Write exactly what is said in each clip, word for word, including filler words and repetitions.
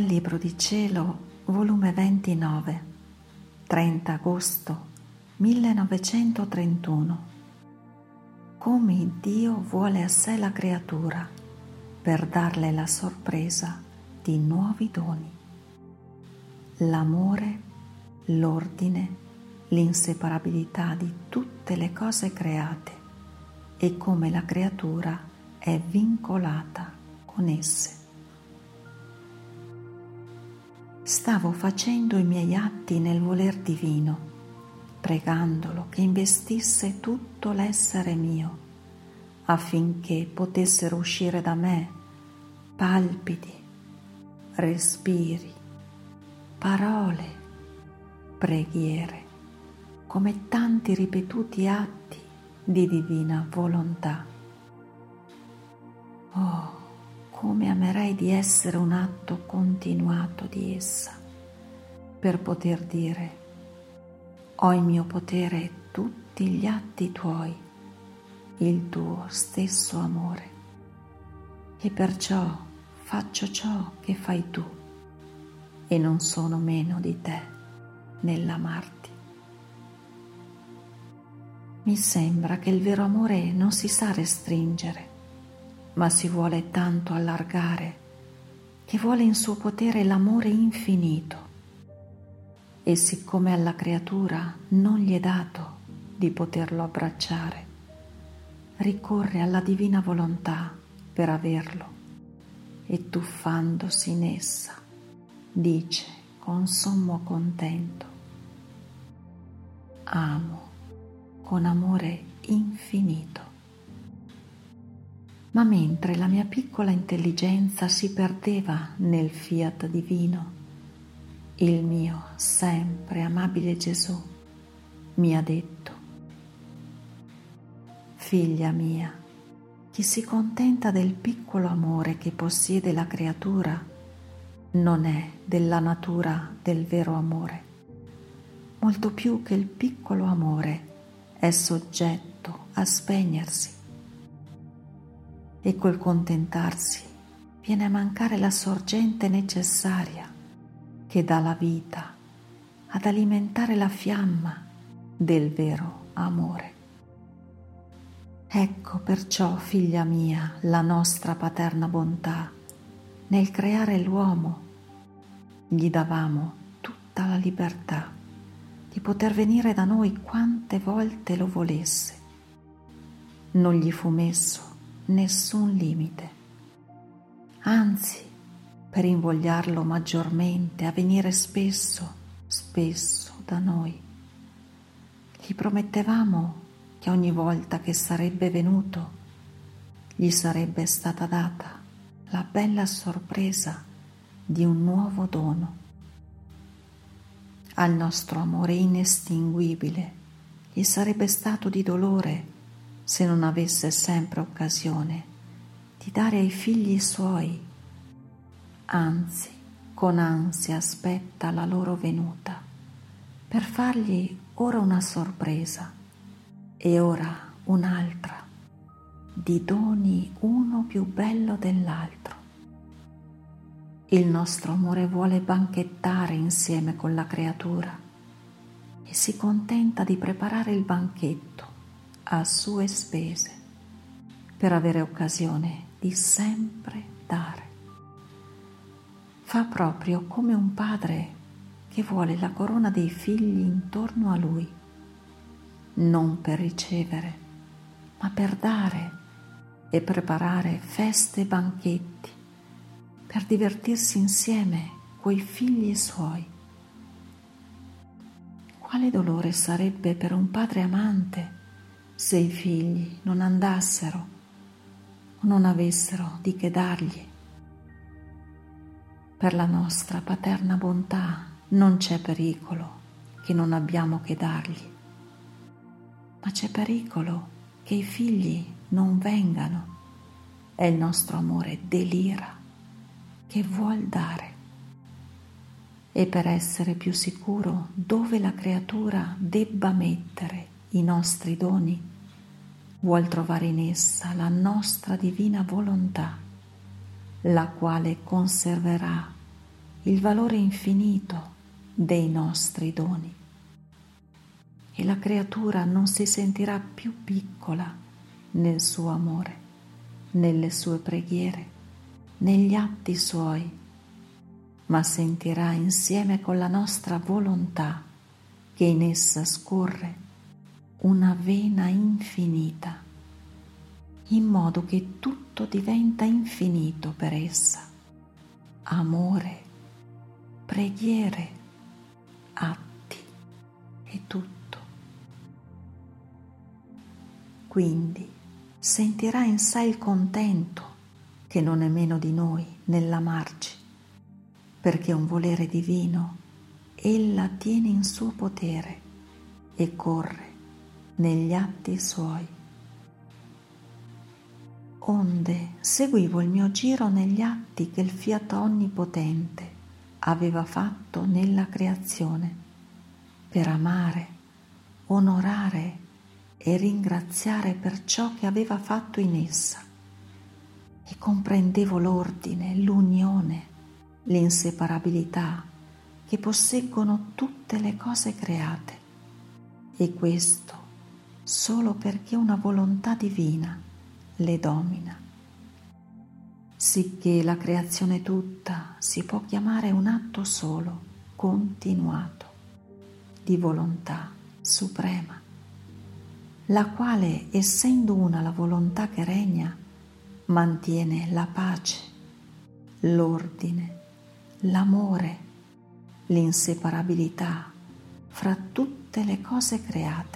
Dal Libro di Cielo, volume ventinove, trenta agosto millenovecentotrentuno. Come Dio vuole a sé la creatura per darle la sorpresa di nuovi doni. L'amore, l'ordine, l'inseparabilità di tutte le cose create e come la creatura è vincolata con esse. Stavo facendo i miei atti nel voler divino, pregandolo che investisse tutto l'essere mio, affinché potessero uscire da me palpiti, respiri, parole, preghiere, come tanti ripetuti atti di divina volontà. Oh, come amerei di essere un atto continuato di essa, per poter dire: ho in mio potere tutti gli atti tuoi, il tuo stesso amore, e perciò faccio ciò che fai tu, e non sono meno di te nell'amarti. Mi sembra che il vero amore non si sa restringere, ma si vuole tanto allargare, che vuole in suo potere l'amore infinito. E siccome alla creatura non gli è dato di poterlo abbracciare, ricorre alla divina volontà per averlo, e tuffandosi in essa, dice con sommo contento: amo con amore infinito. Ma mentre la mia piccola intelligenza si perdeva nel fiat divino, il mio sempre amabile Gesù mi ha detto: figlia mia, chi si contenta del piccolo amore che possiede la creatura non è della natura del vero amore, molto più che il piccolo amore è soggetto a spegnersi. E col contentarsi viene a mancare la sorgente necessaria che dà la vita ad alimentare la fiamma del vero amore. Ecco perciò, figlia mia, la nostra paterna bontà nel creare l'uomo. Gli davamo tutta la libertà di poter venire da noi quante volte lo volesse. Non gli fu messo nessun limite, anzi, per invogliarlo maggiormente a venire spesso, spesso da noi, gli promettevamo che ogni volta che sarebbe venuto gli sarebbe stata data la bella sorpresa di un nuovo dono. Al nostro amore inestinguibile gli sarebbe stato di dolore se non avesse sempre occasione di dare ai figli suoi, anzi con ansia aspetta la loro venuta per fargli ora una sorpresa e ora un'altra, di doni uno più bello dell'altro. Il nostro amore vuole banchettare insieme con la creatura e si contenta di preparare il banchetto a sue spese, per avere occasione di sempre dare. Fa proprio come un padre che vuole la corona dei figli intorno a lui, non per ricevere, ma per dare e preparare feste e banchetti, per divertirsi insieme coi figli suoi. Quale dolore sarebbe per un padre amante se i figli non andassero o non avessero di che dargli. Per la nostra paterna bontà non c'è pericolo che non abbiamo che dargli, ma c'è pericolo che i figli non vengano e il nostro amore delira, che vuol dare. E per essere più sicuro dove la creatura debba mettere i nostri doni, vuol trovare in essa la nostra divina volontà, la quale conserverà il valore infinito dei nostri doni e la creatura non si sentirà più piccola nel suo amore, nelle sue preghiere, negli atti suoi, ma sentirà insieme con la nostra volontà che in essa scorre una vena infinita, in modo che tutto diventa infinito per essa: amore, preghiere, atti e tutto. Quindi sentirà in sé il contento, che non è meno di noi nell'amarci, perché un volere divino ella tiene in suo potere e corre negli atti suoi. Onde seguivo il mio giro negli atti che il Fiat Onnipotente aveva fatto nella creazione, per amare, onorare e ringraziare per ciò che aveva fatto in essa, e comprendevo l'ordine, l'unione, l'inseparabilità che posseggono tutte le cose create, e questo solo perché una volontà divina le domina, sicché la creazione tutta si può chiamare un atto solo, continuato, di volontà suprema, la quale, essendo una la volontà che regna, mantiene la pace, l'ordine, l'amore, l'inseparabilità fra tutte le cose create.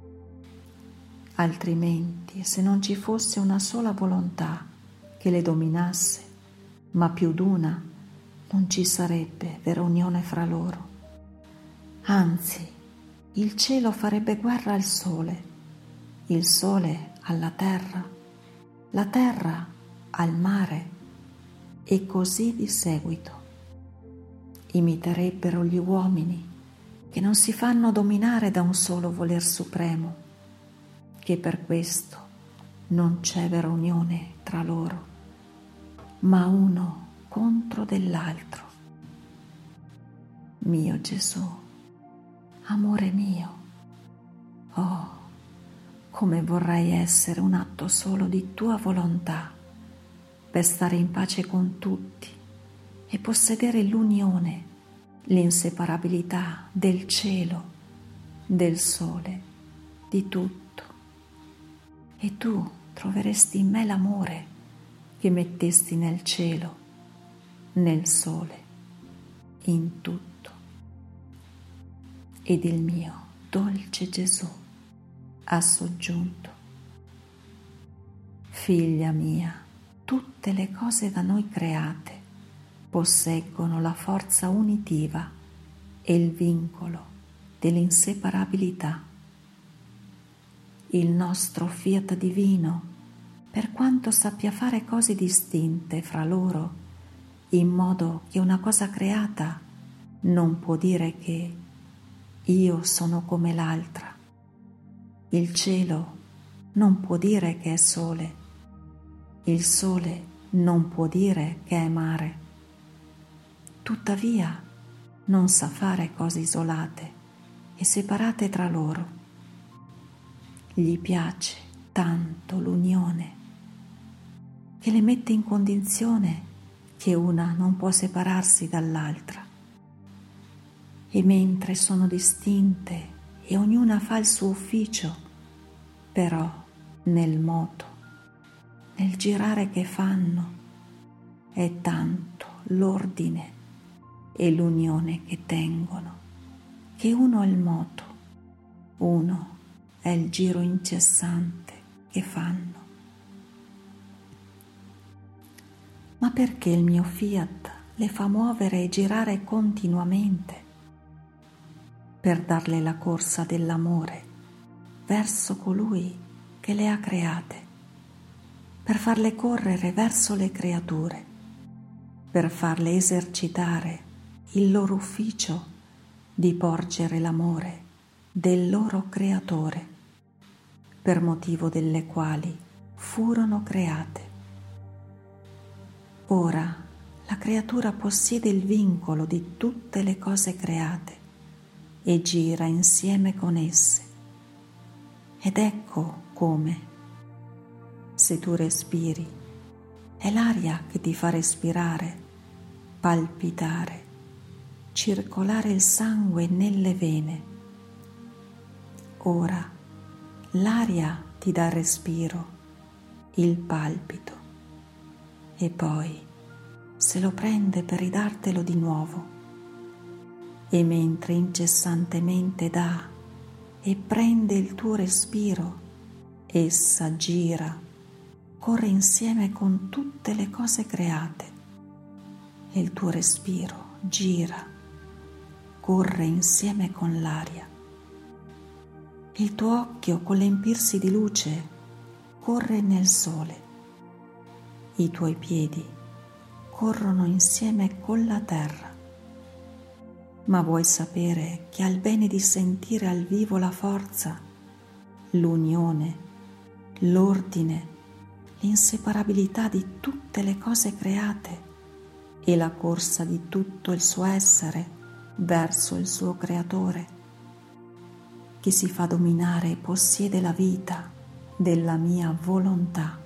Altrimenti, se non ci fosse una sola volontà che le dominasse, ma più d'una, non ci sarebbe vera unione fra loro. Anzi, il cielo farebbe guerra al sole, il sole alla terra, la terra al mare, e così di seguito. Imiterebbero gli uomini, che non si fanno dominare da un solo voler supremo, che per questo non c'è vera unione tra loro, ma uno contro dell'altro. Mio Gesù, amore mio, oh, come vorrei essere un atto solo di tua volontà, per stare in pace con tutti e possedere l'unione, l'inseparabilità del cielo, del sole, di tutto. E tu troveresti in me l'amore che mettesti nel cielo, nel sole, in tutto. Ed il mio dolce Gesù ha soggiunto: figlia mia, tutte le cose da noi create posseggono la forza unitiva e il vincolo dell'inseparabilità. Il nostro Fiat divino, per quanto sappia fare cose distinte fra loro, in modo che una cosa creata non può dire che io sono come l'altra. Il cielo non può dire che è sole, il sole non può dire che è mare. Tuttavia non sa fare cose isolate e separate tra loro. Gli piace tanto l'unione che le mette in condizione che una non può separarsi dall'altra. E mentre sono distinte e ognuna fa il suo ufficio, però nel moto, nel girare che fanno, è tanto l'ordine e l'unione che tengono, che uno è il moto, uno è il giro incessante che fanno. Ma perché il mio Fiat le fa muovere e girare continuamente? Per darle la corsa dell'amore verso colui che le ha create, per farle correre verso le creature, per farle esercitare il loro ufficio di porgere l'amore del loro creatore, per motivo delle quali furono create. Ora La creatura possiede il vincolo di tutte le cose create e gira insieme con esse. Ed ecco come, se tu respiri, è l'aria che ti fa respirare, palpitare, circolare il sangue nelle vene. Ora l'aria ti dà il respiro, il palpito, e poi se lo prende per ridartelo di nuovo. E mentre incessantemente dà e prende il tuo respiro, essa gira, corre insieme con tutte le cose create. E il tuo respiro gira, corre insieme con l'aria. Il tuo occhio con l'empirsi di luce corre nel sole. I tuoi piedi corrono insieme con la terra. Ma vuoi sapere che ha il bene di sentire al vivo la forza, l'unione, l'ordine, l'inseparabilità di tutte le cose create e la corsa di tutto il suo essere verso il suo creatore? Chi si fa dominare possiede la vita della mia volontà.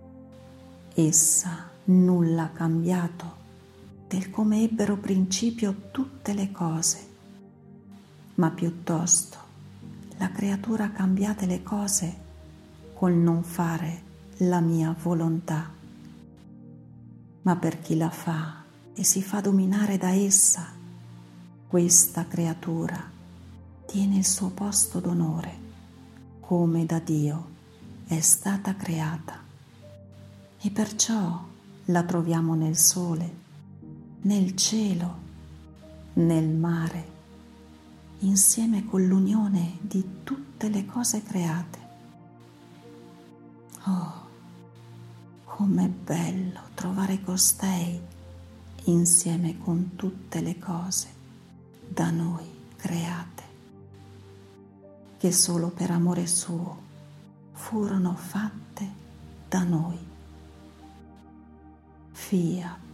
Essa nulla ha cambiato del come ebbero principio tutte le cose, ma piuttosto la creatura ha cambiate le cose col non fare la mia volontà. Ma per chi la fa e si fa dominare da essa, questa creatura tiene il suo posto d'onore, come da Dio è stata creata, e perciò la troviamo nel sole, nel cielo, nel mare, insieme con l'unione di tutte le cose create. Oh, com'è bello trovare costei insieme con tutte le cose da noi create, che solo per amore suo furono fatte da noi. Fiat.